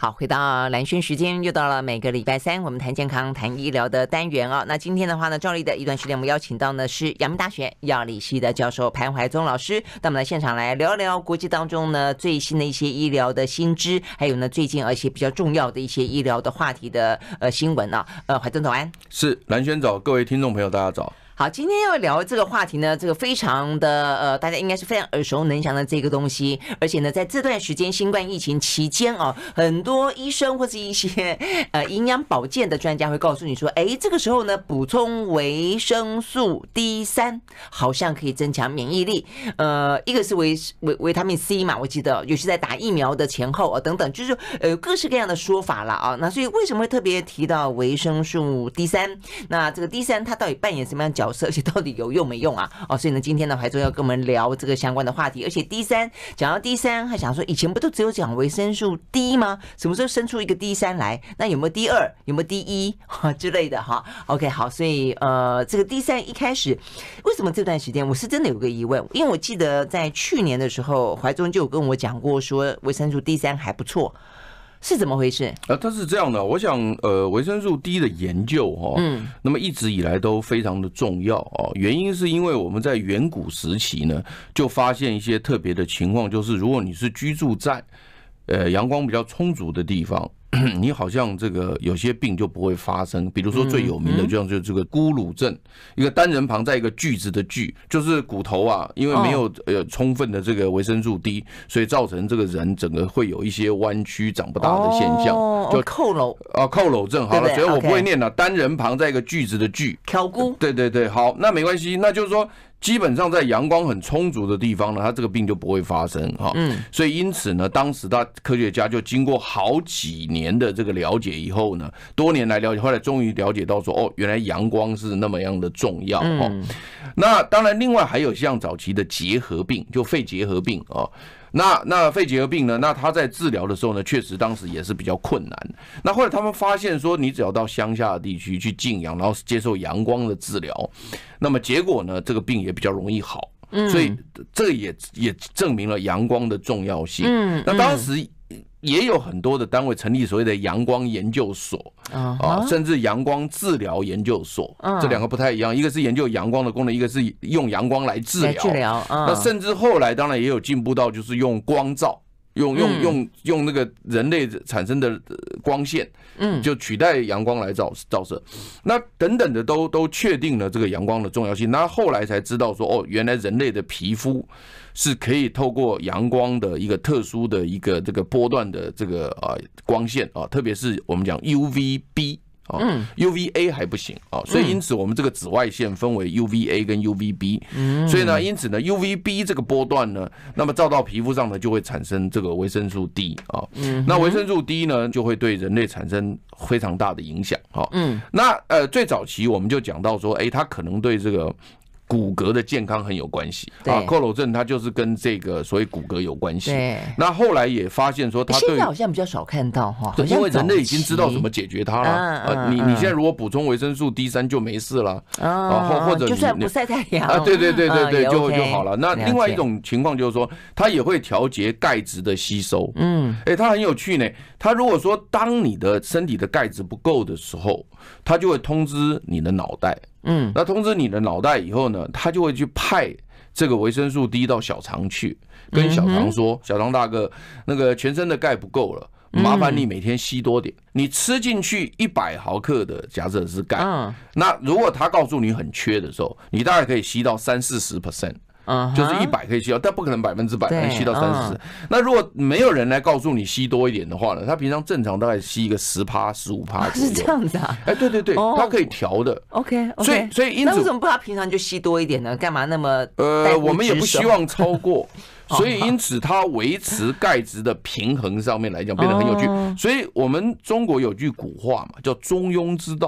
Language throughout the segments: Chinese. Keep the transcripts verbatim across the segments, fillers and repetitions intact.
好，回到蓝轩时间，又到了每个礼拜三我们谈健康、谈医疗的单元啊。那今天的话呢，照例的一段时间，我们邀请到呢是阳明大学药理系的教授潘怀宗老师，到我们的现场来聊聊国际当中呢最新的一些医疗的新知，还有呢最近而且比较重要的一些医疗的话题的呃新闻啊。呃，怀宗早安。 是，蓝轩早，各位听众朋友大家早。 好，今天要聊这个话题呢，这个非常的呃，大家应该是非常耳熟能详的这个东西，而且呢，在这段时间新冠疫情期间哦，很多医生或是一些呃营养保健的专家会告诉你说，哎，这个时候呢，补充维生素 D 三 好像可以增强免疫力。呃，一个是维维维他命 C 嘛，我记得尤其在打疫苗的前后啊等等，就是呃各式各样的说法啦啊。那所以为什么会特别提到维生素 D 三？ 那这个 D 三 它到底扮演什么样的角色？而且到底有用没用啊？哦，所以呢，今天呢，怀宗要跟我们聊这个相关的话题。而且 D 三 讲到 D 三，还想说以前不都只有讲维生素 D 吗？什么时候生出一个 D 三 来？那有没有 D 二？有没有 D 一 之类的哈 ？OK， 好，所以呃，这个 D 三 一开始为什么这段时间我是真的有个疑问？因为我记得在去年的时候，怀宗就有跟我讲过说维生素 D 三 还不错。是怎么回事？ 呃，它是这样的，我想，呃，维生素 D 的研究哦，嗯，那么一直以来都非常的重要哦。原因是因为我们在远古时期呢，就发现一些特别的情况，就是如果你是居住在呃阳光比较充足的地方，你好像这个有些病就不会发生。比如说最有名的，就像就是这个孤乳症，一个单人旁在一个句子的句，就是骨头啊，因为没有呃充分的这个维生素 D， 所以造成这个人整个会有一些弯曲、长不大的现象， 就佝偻啊，佝偻症。好了，所以我不会念了，单人旁在一个句子的句， 挑姑。 对对对，好，那没关系，那就是说。基本上在阳光很充足的地方呢，它这个病就不会发生哈。嗯，所以因此呢，当时的科学家就经过好几年的这个了解以后呢，多年来了解，后来终于了解到说，哦，原来阳光是那么样的重要哈。那当然，另外还有像早期的结核病，就肺结核病啊。那那肺结核病呢？那他在治疗的时候呢，确实当时也是比较困难。那后来他们发现说，你只要到乡下的地区去静养，然后接受阳光的治疗，那么结果呢，这个病也比较容易好。所以这也也证明了阳光的重要性。那当时也有很多的单位成立所谓的阳光研究所啊，甚至阳光治疗研究所，这两个不太一样，一个是研究阳光的功能，一个是用阳光来治疗。治疗，那甚至后来当然也有进步到就是用光照。用用用用那个人类产生的光线，嗯，就取代阳光来照照射，那等等的都都确定了这个阳光的重要性。那后来才知道说，哦，原来人类的皮肤是可以透过阳光的一个特殊的一个这个波段的这个啊光线啊，特别是我们讲 U V B。嗯 ，U V A 还不行啊，所以因此我们这个紫外线分为 U V A 跟 U V B， 所以呢，因此呢 U V B 这个波段呢，那么照到皮肤上呢，就会产生这个维生素 D 啊，那维生素 D 呢，就会对人类产生非常大的影响啊。嗯，那呃最早期我们就讲到说，哎，它可能对这个。骨骼的健康很有关系啊，佝偻症它就是跟这个所谓骨骼有关系。那后来也发现说，它对现在好像比较少看到哈， 因为人类已经知道怎么解决它了啊。你你现在如果补充维生素 D 三 就没事了啊，或或者就算不晒太阳啊，对对对对对，就就好了。那另外一种情况就是说，它也会调节钙质的吸收。嗯，哎，它很有趣呢。它如果说当你的身体的钙质不够的时候，它就会通知你的脑袋。嗯，那通知你的脑袋以后呢，他就会去派这个维生素 D 到小肠去，跟小肠说：“小肠大哥，那个全身的钙不够了，麻烦你每天吸多点。你吃进去一百毫克的，假设是钙，那如果他告诉你很缺的时候，你大概可以吸到三四十 percent。” 就是一百可以吸到，但不可能百分之百能吸到三四十。那如果没有人来告诉你吸多一点的话呢？他平常正常大概吸一个十趴、十五趴左右。 是这样子啊？ 哎，对对对，它可以调的。 OK， 所以所以因此， 那为什么不他平常就吸多一点呢？干嘛那么呃，我们也不希望超过。所以因此，它维持钙质的平衡上面来讲变得很有趣。所以我们中国有句古话嘛，叫中庸之道。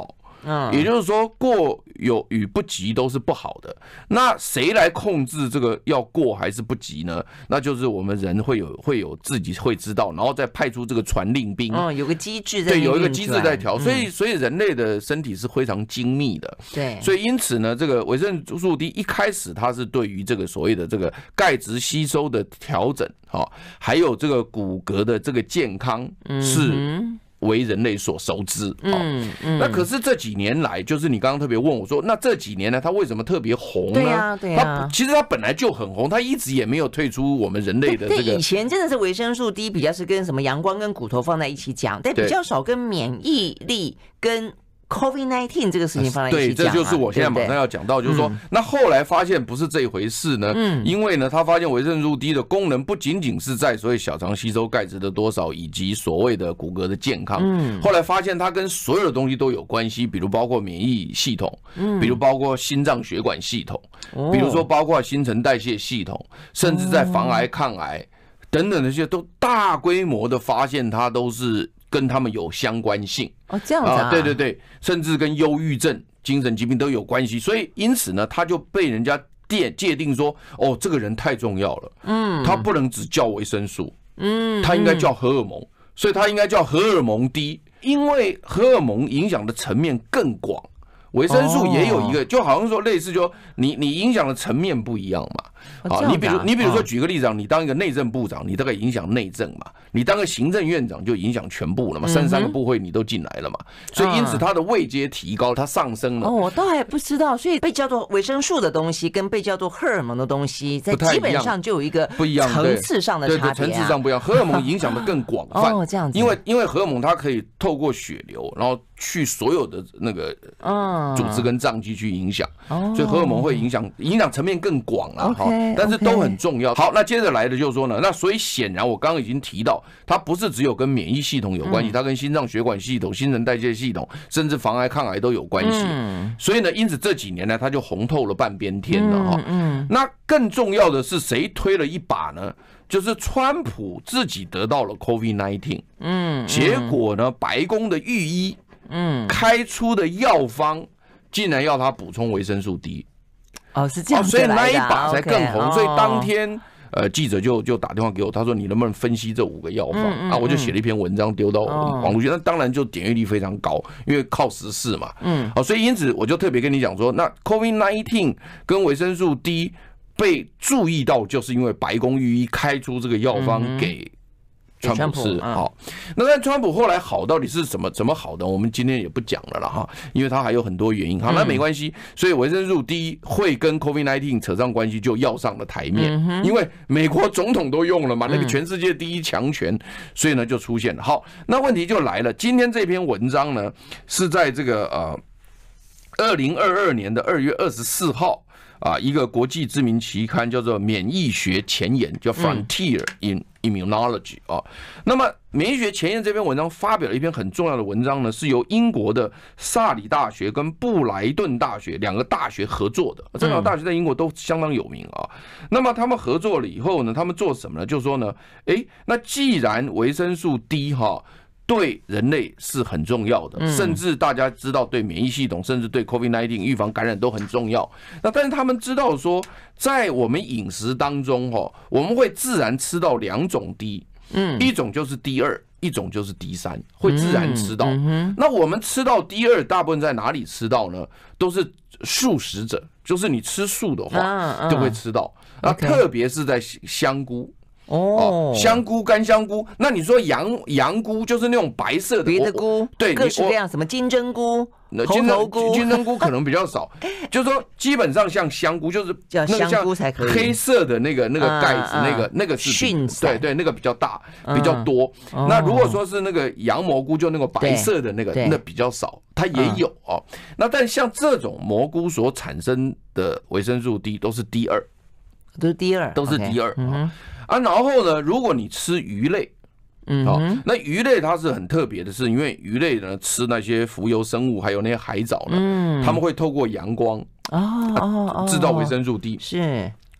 嗯，也就是说过有与不及都是不好的。那谁来控制这个要过还是不及呢？那就是我们人会有会有自己会知道，然后再派出这个传令兵。 嗯，有个机制在对，有一个机制在调。所以所以人类的身体是非常精密的。 对， 所以因此呢，这个维生素 D 一开始它是对于这个所谓的这个钙质吸收的调整，哈，还有这个骨骼的这个健康是为人类所熟知。嗯嗯。那可是这几年来，就是你刚刚特别问我说，那这几年呢，它为什么特别红呢？ 对呀对呀。 它其实它本来就很红，它一直也没有退出我们人类的这个。 以前真的是维生素 D 比较是跟什么阳光跟骨头放在一起讲，但比较少跟免疫力跟COVID 十九 这个事情放在一起讲、啊、 对，这就是我现在马上要讲到，就是说、嗯，那后来发现不是这一回事呢，嗯，因为呢，他发现维生素 D 的功能不仅仅是在所谓小肠吸收钙质的多少，以及所谓的骨骼的健康，嗯，后来发现它跟所有的东西都有关系，比如包括免疫系统，嗯，比如包括心脏血管系统，哦、比如说包括新陈代谢系统，甚至在防癌、抗癌等等的这些，都大规模的发现它都是跟他们有相关性。 哦，这样子 啊, 啊？对对对，甚至跟忧郁症、精神疾病都有关系，所以因此呢，他就被人家界定说，哦，这个人太重要了，嗯，他不能只叫维生素，嗯，他应该叫荷尔蒙，所以他应该叫荷尔蒙 D， 因为荷尔蒙影响的层面更广，维生素也有一个，就好像说类似就你你影响的层面不一样嘛。好，你比如你比如说举个例子，你当一个内政部长，你大概影响内政嘛；你当个行政院长就影响全部了嘛，三十三个部会你都进来了嘛，所以因此它的位阶提高，它上升了。 哦，我倒还不知道，所以被叫做维生素的东西跟被叫做荷尔蒙的东西，在基本上就有一个不一样层次上的差别、啊， 对对，层次上不一样。荷尔蒙影响的更广泛哦，这样子， 因为因为荷尔蒙它可以透过血流，然后去所有的那个组织跟脏器去影响，所以荷尔蒙会影响影响层面更广了哈，但是都很重要。好，那接着来的就是说呢，那所以显然我刚刚已经提到，它不是只有跟免疫系统有关系，它跟心脏血管系统、新陈代谢系统，甚至防癌抗癌都有关系。所以呢，因此这几年呢，它就红透了半边天了哈。那更重要的是谁推了一把呢？就是川普自己得到了 COVID 十九，嗯，结果呢，白宫的御医，嗯，开出的药方竟然要他补充维生素 D。 哦，是这样子来的、 哦，所以那一把才更红。 okay, 所以当天，呃，记者就就打电话给我，他说你能不能分析这五个药方、嗯嗯、啊？我就写了一篇文章丢到网络去，那、哦、当然就点阅率非常高，因为靠时事嘛。嗯，好、哦，所以因此我就特别跟你讲说，那 COVID 十九 跟维生素 D 被注意到，就是因为白宫御医开出这个药方给。川普是好，那但川普后来好到底是怎么怎么好的？我们今天也不讲了啦哈，因为他还有很多原因。好，那没关系，所以维生素 D 会跟 COVID 十九 扯上关系，就要上了台面。因为美国总统都用了嘛，那个全世界第一强权，所以呢就出现了。好，那问题就来了，今天这篇文章呢是在这个呃二零二二年的二月二十四号。啊，一个国际知名期刊叫做《免疫学前沿》，叫 Frontier in Immunology 啊。那么，《免疫学前沿》这篇文章发表了一篇很重要的文章呢，是由英国的萨里大学跟布莱顿大学两个大学合作的。这两个大学在英国都相当有名啊。那么他们合作了以后呢，他们做什么呢？就是说呢，哎，那既然维生素 D 哈。对人类是很重要的，甚至大家知道对免疫系统，甚至对 COVID 十九 预防感染都很重要。那但是他们知道说，在我们饮食当中哈，我们会自然吃到两种 D， 嗯，一种就是 D 二，一种就是 D 三，会自然吃到。那我们吃到 D 二，大部分在哪里吃到呢？都是素食者，就是你吃素的话就会吃到。那特别是在香菇。哦，香菇、干香菇，那你说洋洋菇就是那种白色的别的菇， 对， 各式各样，什么金针菇、猴头菇， 金针菇可能比较少，就是说基本上像香菇，就是叫香菇才可以， 黑色的那个那个盖子，那个那个是，对对，那个比较大，比较多。那如果说是那个洋蘑菇，就那个白色的那个，那比较少，它也有哦。那但像这种蘑菇所产生的维生素 D 都是 D 二， 都是 D 二， 都是 D 二。啊，然后呢，如果你吃鱼类，嗯，好，那鱼类它是很特别的是，因为鱼类呢吃那些浮游生物，还有那些海藻呢，嗯，他们会透过阳光，哦哦哦，制造维生素 D， 是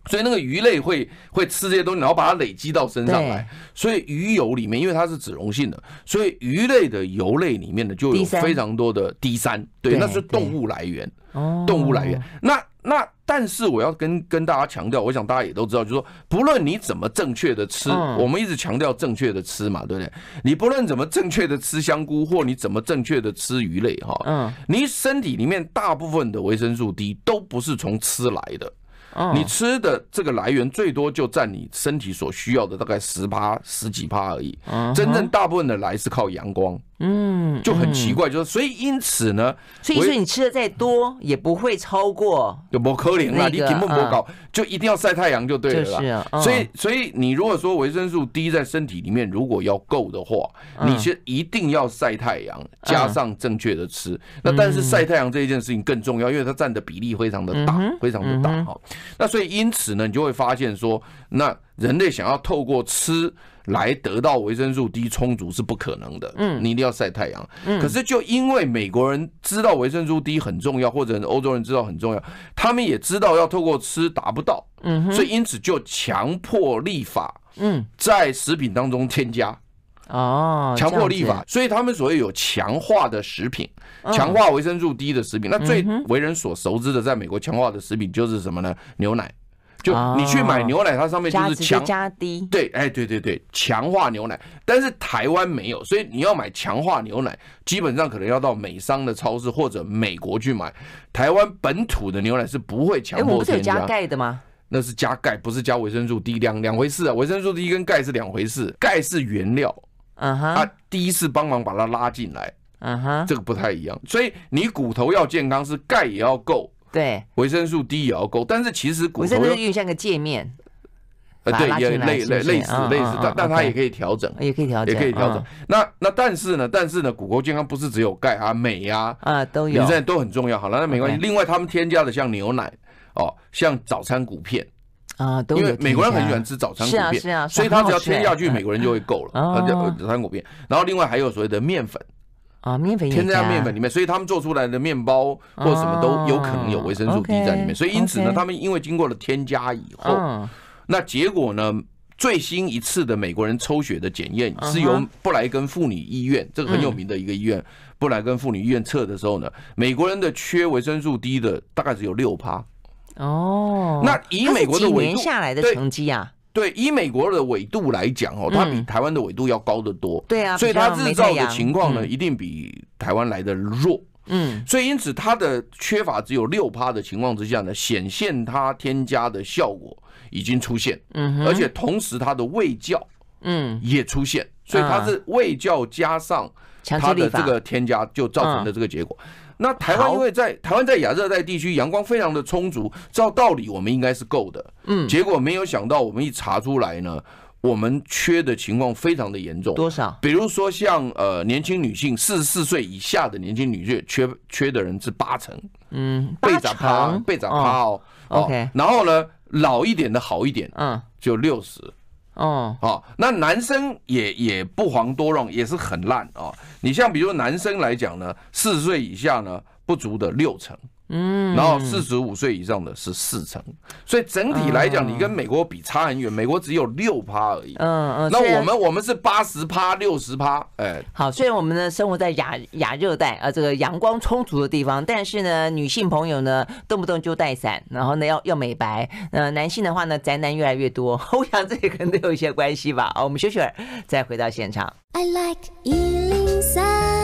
所以那个鱼类会会吃这些东西，然后把它累积到身上来。所以鱼油里面，因为它是脂溶性的，所以鱼类的油类里面呢就有非常多的 D 三，对，那是动物来源，动物来源。那那但是我要跟跟大家强调，我想大家也都知道，就是说，不论你怎么正确的吃，嗯、我们一直强调正确的吃嘛，对不对？你不论怎么正确的吃香菇，或你怎么正确的吃鱼类，哈，嗯，你身体里面大部分的维生素 D 都不是从吃来的。你吃的这个来源最多就占你身体所需要的大概十趴、十几趴而已，真正大部分的来是靠阳光。嗯，就很奇怪，就是所以因此呢， 所以说你吃的再多也不会超过， 有不可能啦，你体温不高就一定要晒太阳就对了啦。所以所以你如果说维生素 D 在身体里面如果要够的话，你先一定要晒太阳，加上正确的吃。那但是晒太阳这一件事情更重要，因为它占的比例非常的大，非常的大哈。那所以因此呢，你就会发现说，那人类想要透过吃来得到维生素 D 充足是不可能的，嗯，你一定要晒太阳。嗯，可是就因为美国人知道维生素 D 很重要，或者欧洲人知道很重要，他们也知道要透过吃达不到，嗯，所以因此就强迫立法，嗯，在食品当中添加。哦，强迫立法，所以他们所谓有强化的食品，强化维生素 D 的食品，那最为人所熟知的，在美国强化的食品就是什么呢？牛奶。就你去买牛奶，它上面就是强加 D， 对，哎，对对对，强化牛奶，但是台湾没有，所以你要买强化牛奶，基本上可能要到美商的超市或者美国去买。台湾本土的牛奶是不会强迫添加。哎，我们不是有加钙的吗？ 那是加钙，不是加维生素 D， 两两回事啊。维生素 D 跟钙是两回事，钙是原料，嗯哼，啊 ，D 是帮忙把它拉进来，嗯哼，这个不太一样。所以你骨头要健康，是钙也要够。对，维生素 D 也要够，但是其实骨头有点像个界面， 呃，对，也类类类似类似，但但它也可以调整， 也可以调整， 也可以调整。那那但是呢，但是呢，骨骼健康不是只有钙啊、镁啊啊都有， 你这都很重要。好了，那没关系。另外，他们添加的像牛奶哦，像早餐谷片啊，都有。因为美国人很喜欢吃早餐谷片，是啊，所以他只要添下去，美国人就会够了。早餐谷片，然后另外还有所谓的面粉。 啊，面粉添加面粉里面，所以他们做出来的面包或者什么都有可能有维生素 D 在里面。所以因此呢，他们因为经过了添加以后，那结果呢，最新一次的美国人抽血的检验是由布莱根妇女医院，这个很有名的一个医院，布莱根妇女医院测的时候呢，美国人的缺维生素 D 的大概只有六趴。哦，那以美国的几年下来的成绩啊。 对，以美国的纬度来讲哦，它比台湾的纬度要高得多。 对啊， 所以它日照的情况呢，一定比台湾来的弱。嗯，所以因此它的缺乏只有六趴的情况之下呢，显现它添加的效果已经出现。嗯，而且同时它的卫教，嗯，也出现，所以它是卫教加上它的这个添加，就造成的这个结果。那台湾因为在台湾在亚热带地区阳光非常的充足，照道理我们应该是够的，嗯，结果没有想到我们一查出来呢，我们缺的情况非常的严重。 多少？ 比如说像呃年轻女性四十四岁以下的年轻女性缺缺的人是八成，嗯，八成，被长趴哦 ，OK， 然后呢老一点的好一点，嗯，就六十。哦，好，那男生也也不遑多让，也是很烂啊。你像比如男生来讲呢，四十岁以下呢不足的六成，嗯，然后四十五岁以上的是四成，所以整体来讲，你跟美国比差很远，美国只有六趴而已。嗯嗯，那我们我们是八十趴、六十趴，哎， 好，虽然我们呢生活在亚亚热带啊，这个阳光充足的地方，但是呢，女性朋友呢动不动就带伞，然后呢要要美白，呃，男性的话呢宅男越来越多，我想这可能都有一些关系吧。好，我们休息会儿再回到现场。I like 一零三。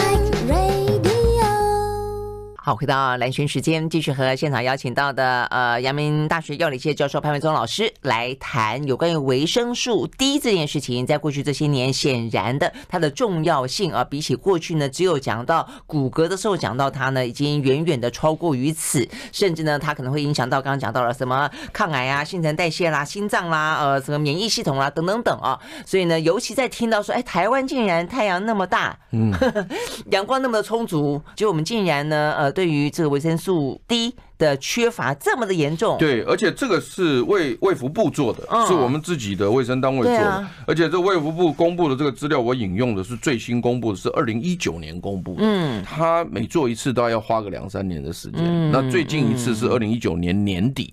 好，回到蓝轩时间，继续和现场邀请到的呃阳明大学药理系教授潘维宗老师来谈有关于维生素 D 这件事情。在过去这些年，显然的它的重要性啊，比起过去呢，只有讲到骨骼的时候讲到它呢，已经远远的超过于此，甚至呢，它可能会影响到刚刚讲到了什么抗癌啊、新陈代谢啦、心脏啦、呃什么免疫系统啦等等等啊。所以呢，尤其在听到说，哎，台湾竟然太阳那么大，嗯，阳光那么充足，就我们竟然呢，呃。对于这个维生素 D 的缺乏这么的严重， 对，而且这个是卫卫福部做的，嗯、是我们自己的卫生单位做的，啊、而且这卫福部公布的这个资料，我引用的是最新公布的，是二零一九年公布的，嗯，他每做一次都要花个两三年的时间，嗯、那最近一次是二零一九年年底。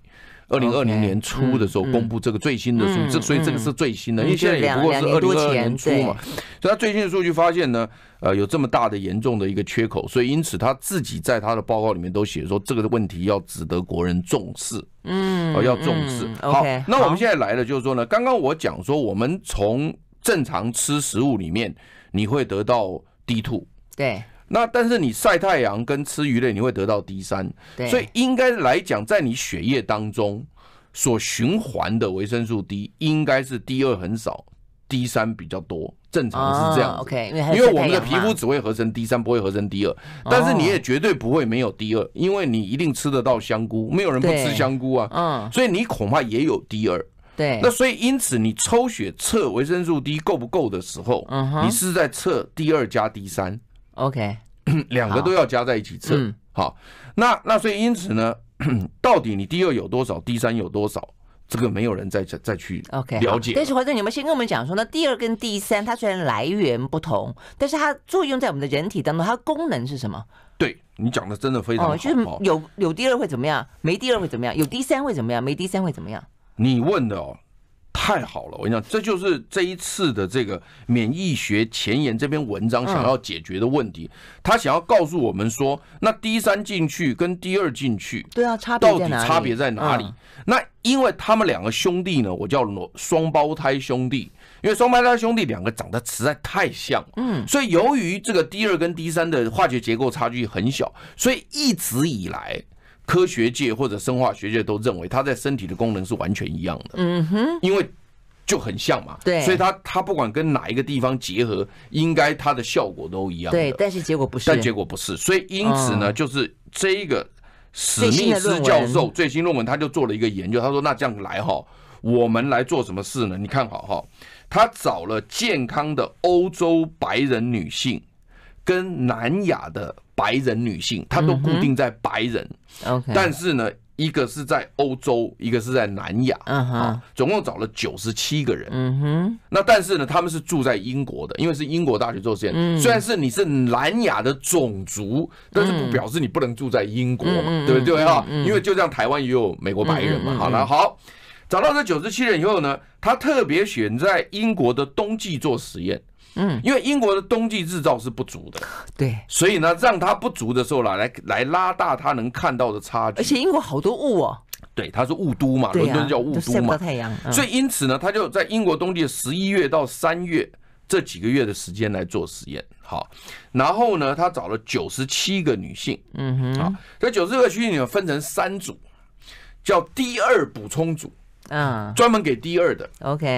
二零二零年初的时候公布这个最新的数据，所以这个是最新的，因为现在也不过是二零二二年初嘛，所以他最新的数据发现呢，呃，有这么大的严重的一个缺口，所以因此他自己在他的报告里面都写说，这个问题要值得国人重视，嗯，要重视。好，那我们现在来了，就是说呢，刚刚我讲说，我们从正常吃食物里面，你会得到 D 二， 对。 那但是你晒太阳跟吃鱼类，你会得到 D 三，所以应该来讲，在你血液当中所循环的维生素 D 应该是 D 二 很少 ，D 三 比较多，正常是这样子。 哦、OK， 因为, 因为我们的皮肤只会合成 D 三，不会合成 D 二，但是你也绝对不会没有 D 二，因为你一定吃得到香菇，没有人不吃香菇啊，嗯，所以你恐怕也有 D 二。 对， 那所以因此你抽血测维生素 D 够不够的时候，嗯、你是在测 D 二 加 D 三。 OK， 两个都要加在一起测。嗯、好，那那所以因此呢，到底你 D 二 有多少 ，D 三 有多少，这个没有人再再去了解。 Okay, 但是华正，你们先跟我们讲说，那 D 二 跟 D 三，它虽然来源不同，但是它作用在我们的人体当中，它的功能是什么？ 对你讲的真的非常好。哦、 就是有有 D 二 会怎么样，没 D 二 会怎么样？有 D 三 会怎么样，没 D 三 会怎么样？ 你问的哦。太好了，我跟你讲，这就是这一次的这个免疫学前沿这篇文章想要解决的问题。嗯、他想要告诉我们说，那 D 三 进去跟 D 二 进去， 对啊，差别到底差别在哪里？嗯、那因为他们两个兄弟呢，我叫双胞胎兄弟，因为双胞胎兄弟两个长得实在太像，嗯，所以由于这个 D 二 跟 D 三 的化学结构差距很小，所以一直以来。科学界或者生化学界都认为它在身体的功能是完全一样的，嗯哼，因为就很像嘛， 对， 所以它它不管跟哪一个地方结合，应该它的效果都一样的， 对，但是结果不是， 但结果不是，所以因此呢，嗯、就是这一个史密斯教授最新论文，他就做了一个研究，他说那这样来哈，我们来做什么事呢？你看好哈，他找了健康的欧洲白人女性跟南亚的白人女性，她都固定在白人，嗯、但是呢，一个是在欧洲，一个是在南亚，嗯哼，总共找了九十七个人，嗯哼，那但是呢，他们是住在英国的，因为是英国大学做实验，嗯、虽然是你是南亚的种族，但是不表示你不能住在英国嘛，嗯、对不对啊？嗯、因为就像台湾也有美国白人嘛，嗯、好了，好，找到这九十七人以后呢，他特别选在英国的冬季做实验。嗯，因为英国的冬季日照是不足的， 对， 所以呢，让它不足的时候来来拉大它能看到的差距。 而且英国好多雾哦， 对，它是雾都嘛，伦敦叫雾都嘛， 太阳。嗯、 所以因此呢，他就在英国冬季的十一月到三月这几个月的时间来做实验。好，然后呢，他找了九十七个女性，嗯哼，好，这九十个女性分成三组，叫 D 二 补充组，嗯，专门给 D 二 的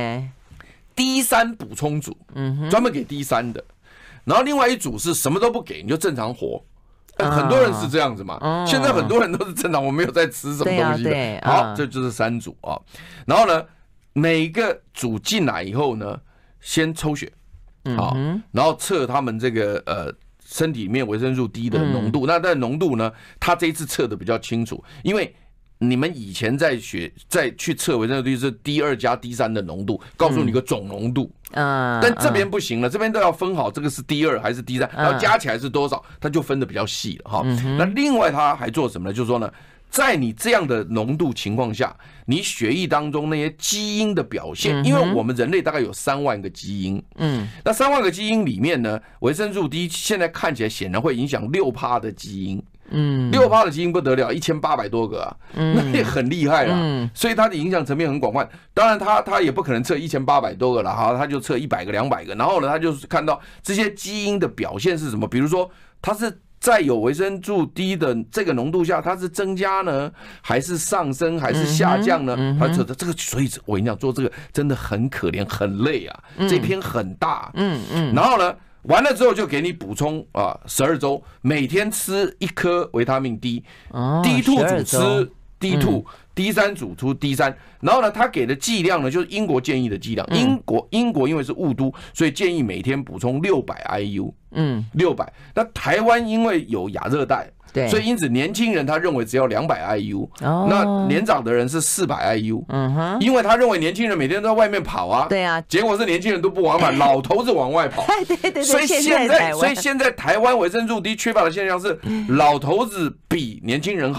，OK。D 三 补充组，嗯，专门给 D 三 的，然后另外一组是什么都不给，你就正常活。呃、很多人是这样子嘛，哦、现在很多人都是正常，我没有在吃什么东西的。 对啊、对好，这就是三组啊。然后呢，每个组进来以后呢，先抽血，好，嗯、然后测他们这个呃身体里面维生素 D 的浓度。嗯、那但浓度呢，他这一次测的比较清楚，因为。你们以前在学在去测维生素 D 是 D 二 加 D 三 的浓度，告诉你个总浓度，嗯，但这边不行了，这边都要分好，这个是 D 二 还是 D 三，然后加起来是多少，它就分得比较细了哈。那另外他还做什么呢？就是说呢，在你这样的浓度情况下，你血液当中那些基因的表现，因为我们人类大概有三万个基因，嗯，那三万个基因里面呢，维生素 D 现在看起来显然会影响六趴的基因。嗯，六趴的基因不得了，一千八百多个啊，嗯、那也很厉害啦。嗯、所以它的影响层面很广泛。当然它，它也不可能测一千八百多个了哈，它就测一百个、两百个。然后呢，它就是看到这些基因的表现是什么，比如说它是在有维生素 D 的这个浓度下，它是增加呢，还是上升，还是下降呢？嗯、它这这个，所以我跟你讲，做这个真的很可怜，很累啊。嗯、这篇很大，嗯嗯，然后呢？完了之后就给你补充啊，十二周每天吃一颗维他命 D，D 二 组吃 D 二， D 三 组出 D 三，然后呢，他给的剂量呢就是英国建议的剂量，英国英国因为是雾都，所以建议每天补充六百 I U， 嗯，六百。那台湾因为有亚热带。所以因此年轻人他认为只要两百 I U，哦、那年长的人是四百 I U，嗯哼，因为他认为年轻人每天都在外面跑啊， 对啊， 结果是年轻人都不往返，老头子往外跑， 对对对， 所以现在所以现在台湾维生素 D 缺乏的现象是老头子比年轻人好。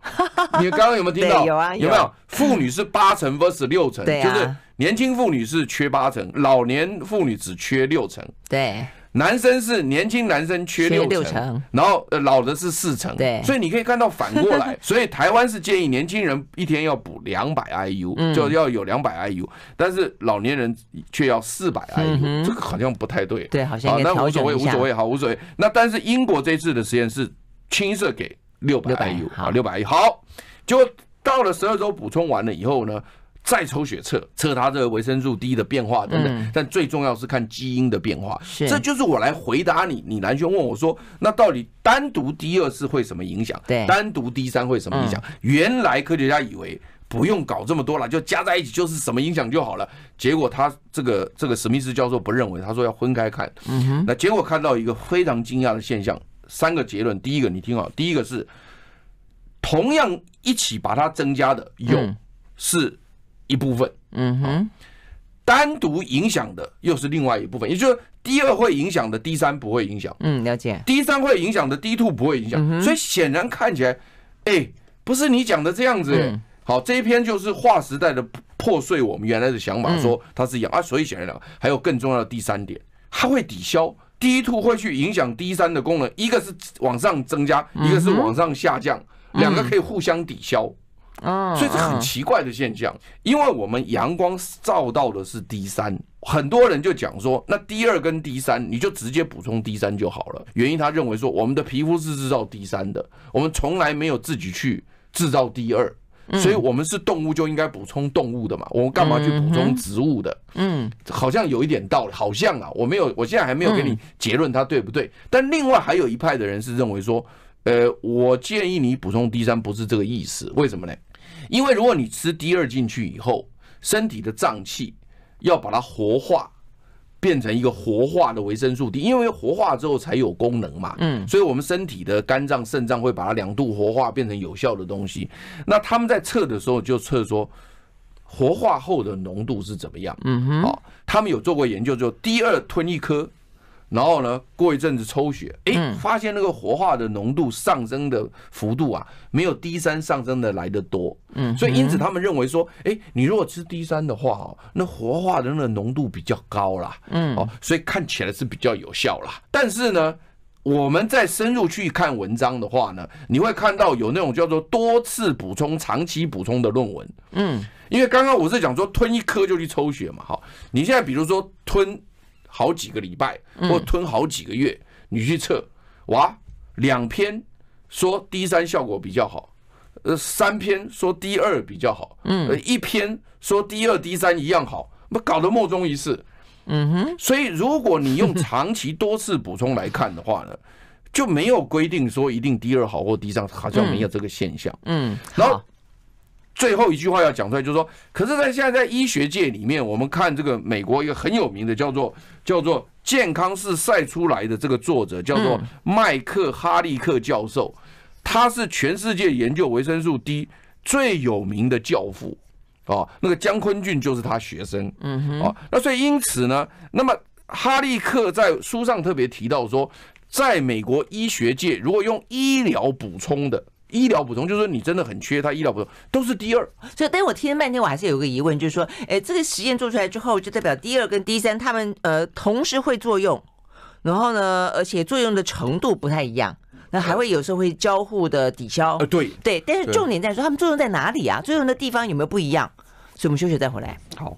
你刚刚有没有听到？ 有啊， 有没有？妇女是八成 versus 六成， 对啊， 就是年轻妇女是缺八成，老年妇女只缺六成。 对。 男生是年轻男生缺六成，成然后呃老的是四成， 对， 所以你可以看到反过来，所以台湾是建议年轻人一天要补两百 I U，、嗯、就要有两百 I U， 但是老年人却要四百 I U，、嗯、这个好像不太对。 对，好像应该调整一下。 那无所谓，无所谓，好，无所谓。那但是英国这次的实验是清设给六百 I U 啊，六百 I U， 好，就到了十二周补充完了以后呢。再抽血测测它这个维生素 D 的变化等等，嗯、但最重要是看基因的变化。这就是我来回答你。你蓝轩问我说，那到底单独 D 二 是会什么影响？ 对， 单独 D 三 会什么影响？嗯、原来科学家以为不用搞这么多了，就加在一起就是什么影响就好了。结果他这个这个史密斯教授不认为，他说要分开看。嗯哼，那结果看到一个非常惊讶的现象，三个结论。第一个你听好，第一个是同样一起把它增加的有、嗯、是。一部分，嗯哼，单独影响的又是另外一部分，也就是 D 二 会影响的 D 三 不会影响， 嗯，了解 ，D 三 会影响的 D 二 不会影响，嗯、所以显然看起来，哎、欸，不是你讲的这样子、欸，嗯、好，这一篇就是划时代的破碎我们原来的想法，说它是一样、嗯、啊，所以显然还有更重要的第三点，它会抵消 D 二 会去影响 D 三 的功能，一个是往上增加，一个是往上下降，两、嗯、个可以互相抵消。所以这很奇怪的现象，因为我们阳光照到的是 D 三， 很多人就讲说，那 D 二 跟 D 三 你就直接补充 D 三 就好了。原因他认为说，我们的皮肤是制造 D 三 的，我们从来没有自己去制造 D 二， 所以我们是动物就应该补充动物的嘛，我们干嘛去补充植物的？嗯，好像有一点道理，好像啊，我没有，我现在还没有给你结论它对不对。但另外还有一派的人是认为说，呃，我建议你补充 D 三 不是这个意思，为什么呢？因为如果你吃 D 二 进去以后，身体的脏器要把它活化，变成一个活化的维生素 D， 因为活化之后才有功能嘛，嗯，所以我们身体的肝脏、肾脏会把它两度活化变成有效的东西。那他们在测的时候就测说，活化后的浓度是怎么样？嗯哼，哦，他们有做过研究，就 D 二 吞一颗。然后呢，过一阵子抽血，哎，发现那个活化的浓度上升的幅度啊，没有 D 三 上升的来得多。嗯，所以因此他们认为说，哎，你如果吃 D 三 的话，那活化的那个浓度比较高啦。嗯，哦，所以看起来是比较有效啦。但是呢，我们再深入去看文章的话呢，你会看到有那种叫做多次补充、长期补充的论文。嗯，因为刚刚我是讲说吞一颗就去抽血嘛，好，你现在比如说吞。好几个礼拜或吞好几个月，你去测，哇，两篇说 D 三 效果比较好，呃，三篇说 D 二 比较好，呃，一篇说 D 二 D 三 一样好，那搞得莫衷一是。嗯哼，所以如果你用长期多次补充来看的话呢，就没有规定说一定 D 二 好或 D 三 好像没有这个现象。嗯，然后。最后一句话要讲出来，就是说，可是，在现在在医学界里面，我们看这个美国一个很有名的叫做叫做健康是晒出来的这个作者叫做麦克哈利克教授，他是全世界研究维生素 D 最有名的教父哦，那个江坤俊就是他学生，嗯哼，哦，那所以因此呢，那么哈利克在书上特别提到说，在美国医学界，如果用医疗补充的。医疗补充就是说你真的很缺它，医疗补充都是 D 二。 所以，但我听了半天，我还是有个疑问，就是说，哎，这个实验做出来之后，就代表 D 二 跟 D 三 它们呃同时会作用，然后呢，而且作用的程度不太一样，那还会有时候会交互的抵消。 呃，对对，但是重点在说它们作用在哪里啊？作用的地方有没有不一样？所以我们休息再回来。 好。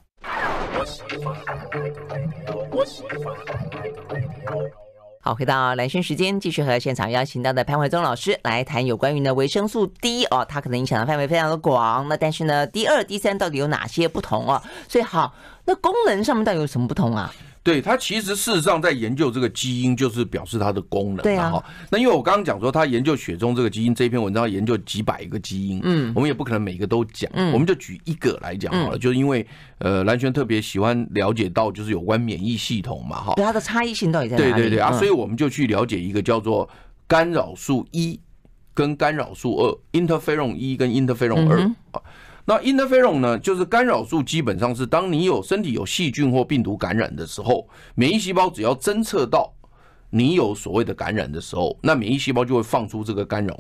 好，回到蓝轩时间，继续和现场邀请到的潘怀宗老师来谈有关于呢维生素 D 哦，它可能影响的范围非常的广。那但是呢 D 二 D 三 到底有哪些不同哦？所以好，那功能上面到底有什么不同啊？ 对，它其实事实上在研究这个基因，就是表示它的功能。 对啊。 那因为我刚刚讲说，他研究血中这个基因，这篇文章研究几百个基因，嗯，我们也不可能每个都讲，嗯，我们就举一个来讲好了。嗯、就是因为呃，蓝轩特别喜欢了解到就是有关免疫系统嘛，哈， 对它的差异性到底在哪里？ 对对对啊，嗯、所以我们就去了解一个叫做干扰素一跟干扰素二 ，interferon 一跟 interferon 二、嗯。那 interferon 呢，就是干扰素，基本上是当你有身体有细菌或病毒感染的时候，免疫细胞只要侦测到你有所谓的感染的时候，那免疫细胞就会放出这个干扰素。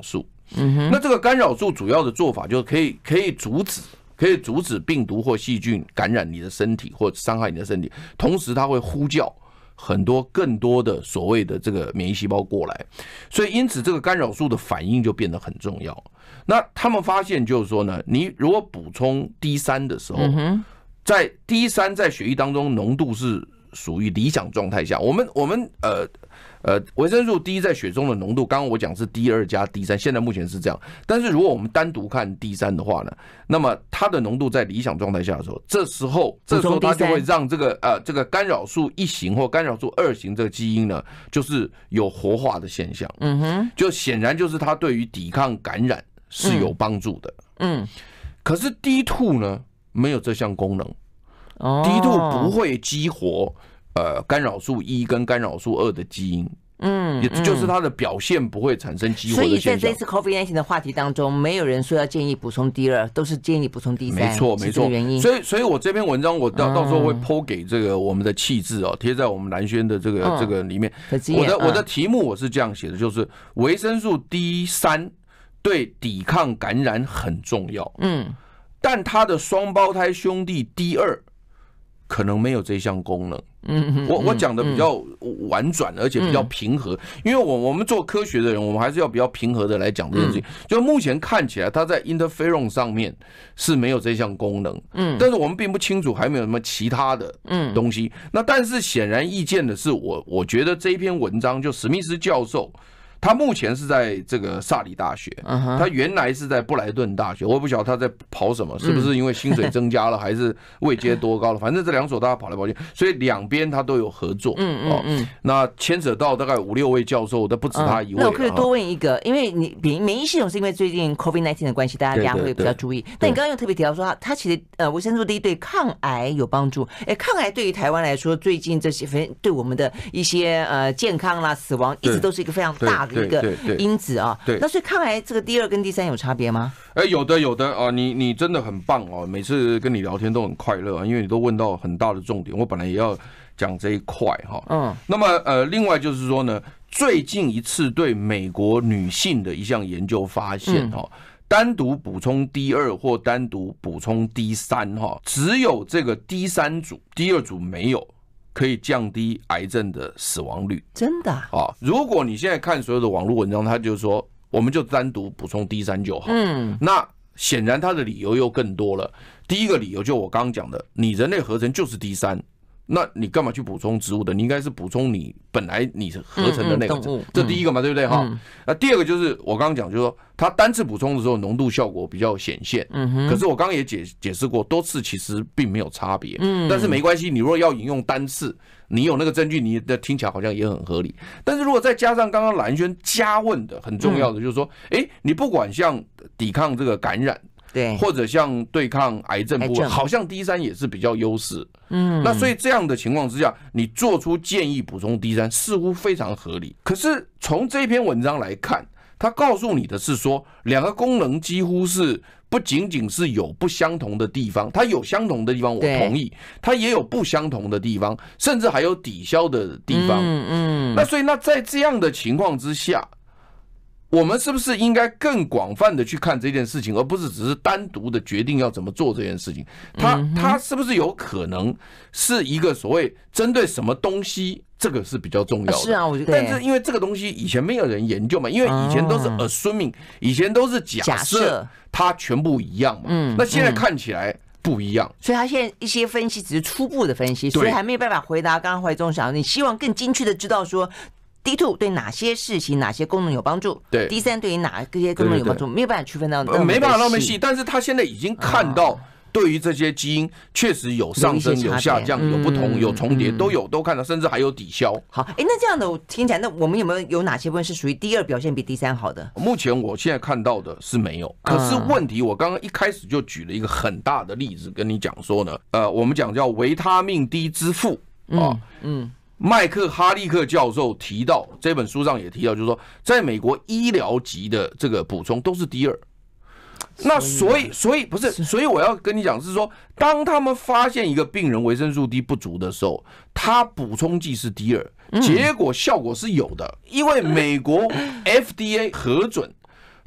嗯哼，那这个干扰素主要的做法就是可以可以阻止。可以阻止病毒或细菌感染你的身体或伤害你的身体，同时它会呼叫很多更多的所谓的这个免疫细胞过来，所以因此这个干扰素的反应就变得很重要。那他们发现就是说呢，你如果补充 D 三 的时候，在 D 三 在血液当中浓度是属于理想状态下，我们我们呃。呃，维生素 D 在血中的浓度，刚刚我讲是 D 二 加 D 三，现在目前是这样。但是如果我们单独看 D 三 的话呢，那么它的浓度在理想状态下的时候，这时候这时候它就会让这个呃这个干扰素一型或干扰素二型这个基因呢，就是有活化的现象。嗯哼，就显然就是它对于抵抗感染是有帮助的。嗯，可是 D 二 呢没有这项功能。哦 ，D 二 不会激活。呃，干扰素一跟干扰素二的基因，嗯，也就是它的表现不会产生激活的现象。 所以在这次 COVID 十九 的话题当中，没有人说要建议补充 D 二，都是建议补充 D 三。 没错，没错。原因。所以，所以我这篇文章我到到时候会 po 给这个我们的气质哦，贴在我们蓝轩的这个、嗯、这个里面。我的我的题目我是这样写的，就是维生素 D 三对抵抗感染很重要，嗯，但它的双胞胎兄弟 D 二可能没有这项功能。嗯，我我讲的比较婉转，而且比较平和，因为我我们做科学的人，我们还是要比较平和的来讲这件事情。就目前看起来，它在 interferon 上面是没有这项功能，嗯，但是我们并不清楚还没有什么其他的东西。那但是显然易见的是，我我觉得这一篇文章就史密斯教授。他目前是在这个萨里大学，他原来是在布莱顿大学，我也不晓得他在跑什么，是不是因为薪水增加了，还是位阶多高了？反正这两所大家跑来跑去，所以两边他都有合作。嗯嗯嗯。那牵扯到大概五六位教授，但不止他一位。 那我可以多问一个，因为你免免疫系统是因为最近 COVID 十九 的关系，大家会比较注意。但你刚刚又特别提到说，它它其实呃维生素 D 对抗癌有帮助。哎，抗癌对于台湾来说，最近这些对我们的一些呃健康啦、死亡，一直都是一个非常大的。一个因子啊，对，那所以抗癌这个 D 二跟 D 三有差别吗？ 哎，有的有的啊，你你真的很棒哦，每次跟你聊天都很快乐啊，因为你都问到很大的重点，我本来也要讲这一块哈。嗯，那么呃，另外就是说呢，最近一次对美国女性的一项研究发现哈。嗯，单独补充 D 二 或单独补充 D 三 哈，只有这个 D 三 组 ，D 二 组没有。可以降低癌症的死亡率， 真的啊！ 如果你现在看所有的网络文章，他就说我们就单独补充 D 三 就好。嗯，那显然他的理由又更多了。第一个理由就我刚刚讲的，你人类合成就是 D 三。那你干嘛去补充植物的？你应该是补充你本来你合成的那个，嗯嗯、这第一个嘛，对不对哈？嗯、那第二个就是我刚刚讲，就是说它单次补充的时候浓度效果比较显现，嗯哼。可是我刚刚也解解释过，多次其实并没有差别，嗯。但是没关系，你如果要引用单次，你有那个证据，你的听起来好像也很合理。但是如果再加上刚刚蓝轩加问的很重要的，就是说，哎、嗯，你不管像抵抗这个感染。 对， 或者像对抗癌症部分，好像 D 三 也是比较优势。嗯，那所以这样的情况之下，你做出建议补充 D 三，似乎非常合理。可是从这篇文章来看，它告诉你的是说，两个功能几乎是不仅仅是有不相同的地方，它有相同的地方，我同意，它也有不相同的地方，甚至还有抵消的地方。嗯嗯，那所以那在这样的情况之下。我们是不是应该更广泛的去看这件事情，而不是只是单独的决定要怎么做这件事情？它它是不是有可能是一个所谓针对什么东西？这个是比较重要的。 是啊，我觉得。 但是因为这个东西以前没有人研究嘛，因为以前都是 assuming， 以前都是假设它全部一样嘛。嗯。那现在看起来不一样， 所以他现在一些分析只是初步的分析，所以还没有办法回答刚刚怀中想，你希望更精确的知道说。D 二 对哪些事情、哪些功能有帮助？对 ，D 三 对于哪些功能有帮助？没有办法区分到那么细， 没办法那么细。但是他现在已经看到，对于这些基因确实有上升、有下降、有不同、有重叠，都有都看到，甚至还有抵消。 好，哎，那这样的我听起来，那我们有没有有哪些部分是属于 D 二 表现比 D 三 好的？ 目前我现在看到的是没有。可是问题，我刚刚一开始就举了一个很大的例子跟你讲说呢，呃，我们讲叫维他命 D 之父啊，嗯。麦克哈利克教授提到，这本书上也提到，就是说，在美国医疗级的这个补充都是 D 二。那所以，所以不是，所以我要跟你讲是说，当他们发现一个病人维生素 D 不足的时候，他补充剂是 D 二，结果效果是有的，因为美国 F D A 核准。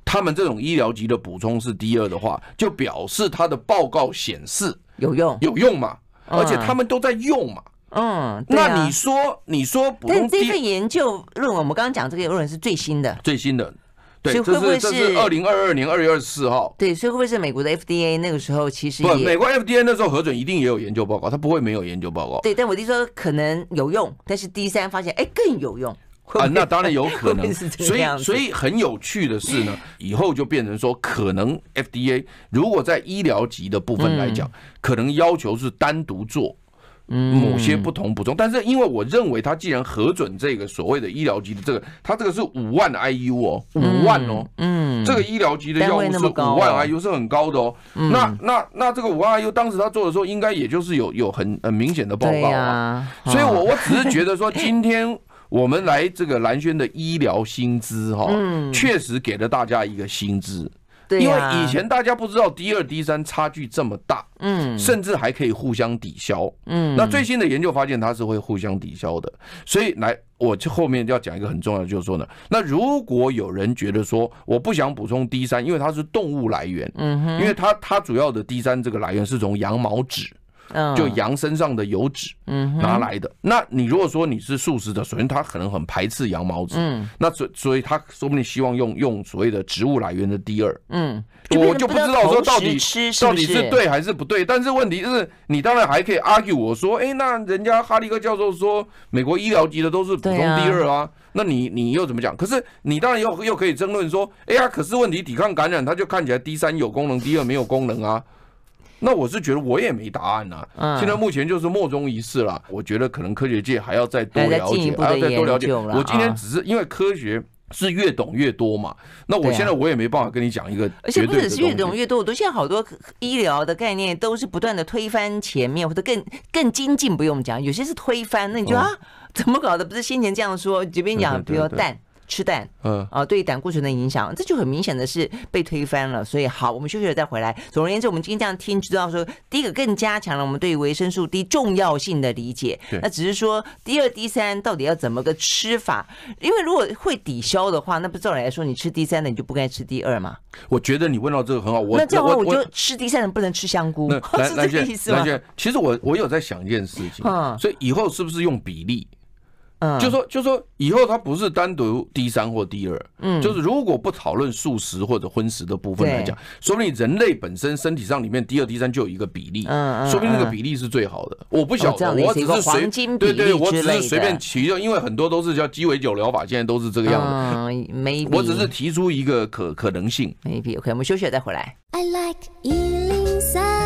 他们这种医疗级的补充是 D 二的话，就表示他的报告显示有用， 有用嘛，而且他们都在用嘛。 嗯，对啊、 那你说，你说补充 D， 但这份研究论文，我们刚刚讲这个论文是最新的， 最新的，对， 所以会不会是这是二零二二年二月二十四号？ 对，所以会不会是美国的 F D A 那个时候其实不， 也美国 F D A 那时候核准一定也有研究报告，它不会没有研究报告。 对，但我就说可能有用，但是 D 三发现哎更有用。 啊，那当然有可能，所以所以很有趣的是呢，以后就变成说，可能 F D A 如果在医疗级的部分来讲，嗯、可能要求是单独做某些不同补充，嗯、但是因为我认为他既然核准这个所谓的医疗级的这个，他这个是五万 I U 哦，五万哦，嗯，这个医疗级的药物是五万 I U 是很高的哦。嗯、那那那这个五万 I U 当时他做的时候，应该也就是有有很很明显的报告啊，啊所以我我只是觉得说今天。我们来这个蓝轩的医疗薪资哈，确实给了大家一个薪资， 对啊、 因为以前大家不知道 D 二 D 三差距这么大，嗯，甚至还可以互相抵消，嗯，那最新的研究发现它是会互相抵消的，所以来我就后面要讲一个很重要的，就是说呢，那如果有人觉得说我不想补充 D 三，因为它是动物来源，嗯哼，因为它它主要的 D 三这个来源是从羊毛脂。就羊身上的油脂拿来的。那你如果说你是素食的，首先他可能很排斥羊毛脂，嗯，那所所以他说不定希望用用所谓的植物来源的 D 二，嗯，我就不知道说到底到底是对还是不对。但是问题是你当然还可以 argue 我说，哎，那人家哈利克教授说美国医疗级的都是补充 D 二啊，那你你又怎么讲？可是你当然又又可以争论说，哎呀，可是问题抵抗感染，它就看起来 D 三有功能 ，D 二没有功能啊。那我是觉得我也没答案啊，嗯、现在目前就是莫衷一是啦。我觉得可能科学界还要再多了解，还要再多了解。我今天只是因为科学是越懂越多嘛，那我现在我也没办法跟你讲一个绝对的东西。而且不只是越懂越多，我都现在好多医疗的概念都是不断的推翻前面，或者更更精进，不用讲，有些是推翻。那你就、嗯、啊，怎么搞的？不是先前这样说，这边讲，比如说蛋。吃蛋，嗯啊，对胆固醇的影响，这就很明显的是被推翻了。所以好，我们休息了再回来。总而言之，我们今天这样听，知道说，第一个更加强了我们对维生素 D 重要性的理解。那只是说 D 二 D 三到底要怎么个吃法？因为如果会抵消的话，那不照理来说，你吃 D 三的你就不该吃 D 二嘛？ 我觉得你问到这个很好。我那这样的话，我就吃 D 三的不能吃香菇，是这个意思吗？ 其实我我有在想一件事情，嗯、所以以后是不是用比例？嗯，就说就说以后它不是单独 D 三或 D 二，嗯，就是如果不讨论素食或者荤食的部分来讲，说不定人类本身身体上里面 D 二 D 三就有一个比例，嗯嗯，说不定那个比例是最好的。我不晓得，我只是随对对，我只是随便提的，因为很多都是叫鸡尾酒疗法，现在都是这个样子。嗯 ，maybe 我只是提出一个可可能性。 maybe OK， 我们休息了再回来。I like 一零三。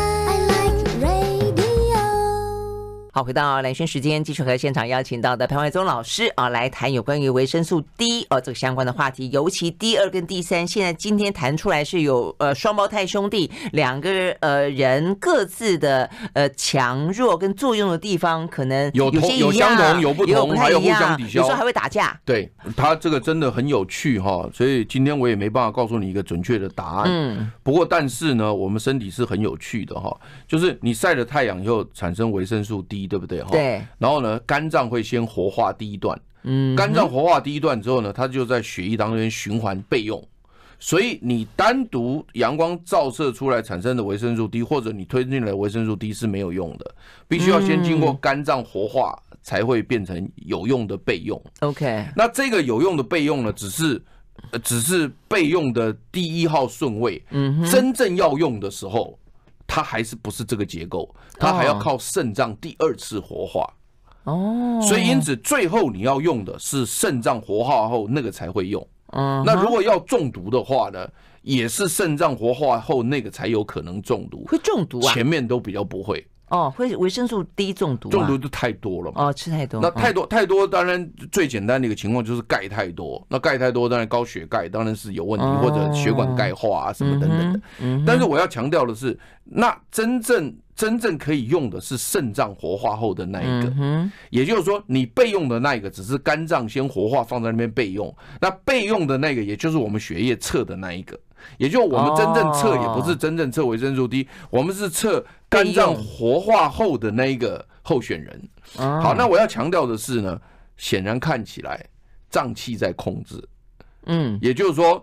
好，回到蓝轩时间，继续和现场邀请到的潘怀宗老师啊，来谈有关于维生素 D 哦、呃、这个相关的话题，尤其 D 二跟 D 三，现在今天谈出来是有呃双胞胎兄弟两个呃人各自的呃强弱跟作用的地方，可能有些有相同有不同，还有互相抵消， 有时候还会打架。 对，他这个真的很有趣哈，所以今天我也没办法告诉你一个准确的答案。嗯，不过但是呢，我们身体是很有趣的哈，就是你晒了太阳以后产生维生素 D。对不对？ 对。 然后呢，肝脏会先活化第一段，嗯，肝脏活化第一段之后呢，它就在血液当中循环备用。所以你单独阳光照射出来产生的维生素 D， 或者你推进来的维生素 D 是没有用的，必须要先经过肝脏活化才会变成有用的备用。 OK， 那这个有用的备用呢，只是只是备用的第一号顺位，嗯，真正要用的时候。它还是不是这个结构，它还要靠肾脏第二次活化哦，所以因此最后你要用的是肾脏活化后那个才会用。嗯，那如果要中毒的话呢，也是肾脏活化后那个才有可能中毒， 会中毒啊？ 前面都比较不会。 哦，会维生素 D 中毒、啊， 中毒就太多了嘛。 哦，吃太多， 那太多、哦、太多，当然最简单的一个情况就是钙太多。那钙太多，当然高血钙当然是有问题，哦、或者血管钙化啊什么等等的。嗯、但是我要强调的是，那真正真正可以用的是肾脏活化后的那一个，嗯、也就是说，你备用的那一个只是肝脏先活化放在那边备用，那备用的那个也就是我们血液测的那一个。也就我们真正测也不是真正测维生素 D， 我们是测肝脏活化后的那一个候选人。好，那我要强调的是呢，显然看起来脏器在控制，嗯，也就是说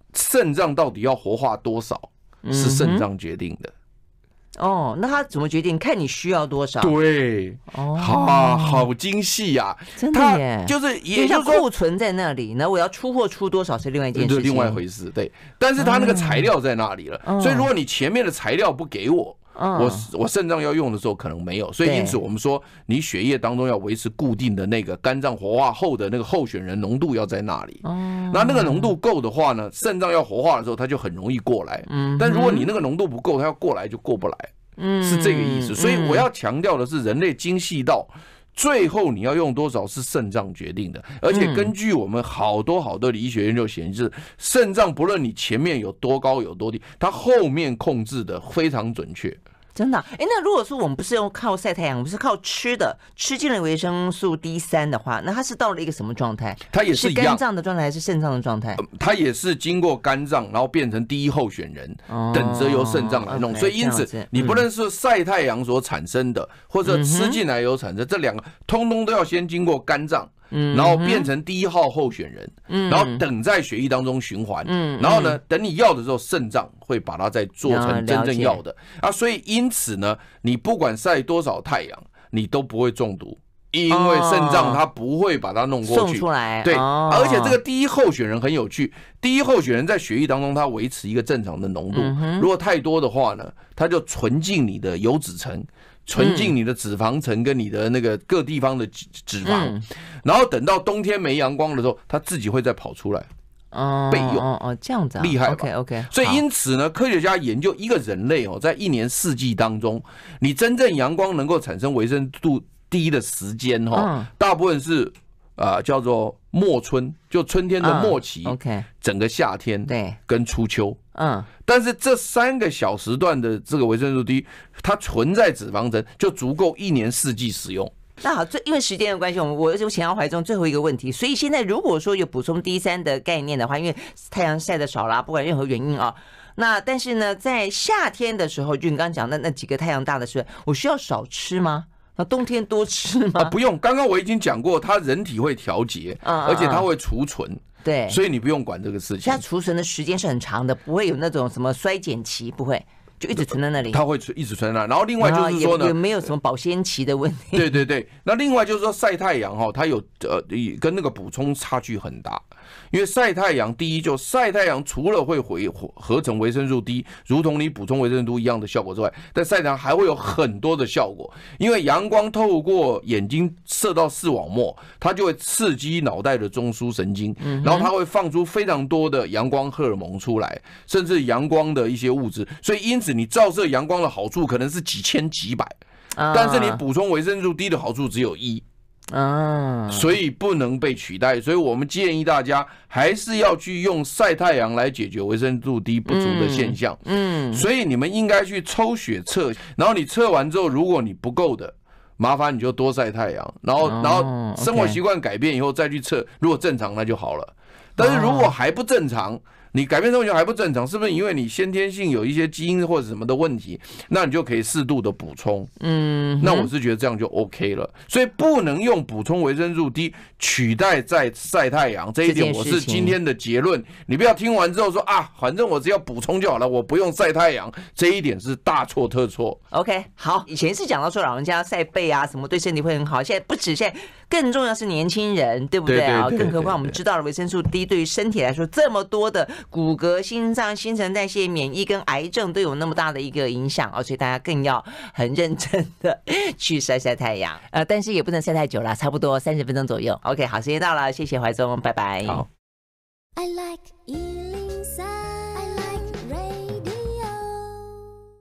肾脏到底要活化多少，是肾脏决定的。 哦，那他怎么决定？看你需要多少。 对，哦，好，好精细呀、啊， 真的耶， 就是也就是说库存在那里，那我要出货出多少是另外一件事情， 另外一回事。对，但是他那个材料在那里了，嗯、所以如果你前面的材料不给我。嗯、我我肾脏要用的时候可能没有，所以因此我们说你血液当中要维持固定的那个肝脏活化后的那个候选人浓度要在那里。嗯、那那个浓度够的话呢，肾脏要活化的时候它就很容易过来。嗯、但如果你那个浓度不够，它要过来就过不来。嗯、是这个意思。所以我要强调的是，人类精细到最后你要用多少是肾脏决定的，而且根据我们好多好多的医学研究显示，肾脏不论你前面有多高有多低，它后面控制的非常准确。 真的、啊，哎，那如果说我们不是用靠晒太阳，不是靠吃的，吃进了维生素 D 三 的话，那它是到了一个什么状态？ 它也是一样， 是肝脏的状态还是肾脏的状态？ 呃、它也是经过肝脏，然后变成第一候选人，哦、等着由肾脏来弄。Okay, 所以因此，嗯、你不论是晒太阳所产生的，或者吃进来有产生，嗯、这两个通通都要先经过肝脏。然后变成第一号候选人，嗯、然后等在血液当中循环，嗯、然后呢，等你要的时候，肾脏会把它再做成真正要的啊。所以因此呢，你不管晒多少太阳，你都不会中毒，因为肾脏它不会把它弄过去。 送出来。 对， 哦、 而且这个第一候选人很有趣，第一候选人在血液当中它维持一个正常的浓度，嗯、如果太多的话呢，它就存进你的油脂层。存进你的脂肪层跟你的那个各地方的脂肪，嗯、然后等到冬天没阳光的时候，它自己会再跑出来， 哦、 备用。 哦哦，这样子啊， 厉害吧 ？OK OK。 所以因此呢，科学家研究一个人类哦，在一年四季当中，你真正阳光能够产生维生素 D 的时间哈，嗯、大部分是啊、呃、叫做末春，就春天的末期， 嗯、OK， 整个夏天对， 跟初秋。 嗯， 但是这三个小时段的这个维生素 D， 它存在脂肪层就足够一年四季使用。 那好，因为时间的关系，我们我就想要怀中最后一个问题。所以现在如果说有补充 D 三 的概念的话，因为太阳晒得少啦，不管任何原因啊，那但是呢，在夏天的时候，就你刚刚讲的那几个太阳大的时候，我需要少吃吗？那冬天多吃吗？ 啊，不用。刚刚我已经讲过，它人体会调节，嗯、而且它会储存。 对， 所以你不用管这个事情。 它储存的时间是很长的，不会有那种什么衰减期，不会，就一直存在那里。 它会一直存在那。然后另外就是说呢， 也没有什么保鲜期的问题。 对对对。那另外就是说晒太阳哈，它有呃跟那个补充差距很大。因为晒太阳，第一就晒太阳除了会回合成维生素 D， 如同你补充维生素 D 一样的效果之外，但晒太阳还会有很多的效果。因为阳光透过眼睛射到视网膜，它就会刺激脑袋的中枢神经，然后它会放出非常多的阳光荷尔蒙出来，甚至阳光的一些物质。所以因此你照射阳光的好处可能是几千几百，但是你补充维生素 D 的好处只有一。 啊， 所以不能被取代，所以我们建议大家还是要去用晒太阳来解决维生素 D 不足的现象。嗯，嗯所以你们应该去抽血测，然后你测完之后，如果你不够的，麻烦你就多晒太阳，然后、哦、然后生活习惯改变以后再去测，如果正常那就好了。但是如果还不正常，你改变生活习惯还不正常，是不是因为你先天性有一些基因或者什么的问题？那你就可以适度的补充。嗯，那我是觉得这样就 OK 了。所以不能用补充维生素 D 取代在晒太阳，这一点我是今天的结论。你不要听完之后说啊，反正我只要补充就好了，我不用晒太阳，这一点是大错特错。 OK， 好，以前是讲到说老人家晒背啊什么对身体会很好，现在不止，现在更重要是年轻人，对不对啊？更何况我们知道了维生素 D 对于身体来说这么多的骨骼、心脏、新陈代谢、免疫跟癌症都有那么大的一个影响，而且大家更要很认真的去晒晒太阳，呃，但是也不能晒太久了，差不多三十分钟左右。OK， 好，时间到了，谢谢怀宗，拜拜。 好。 I like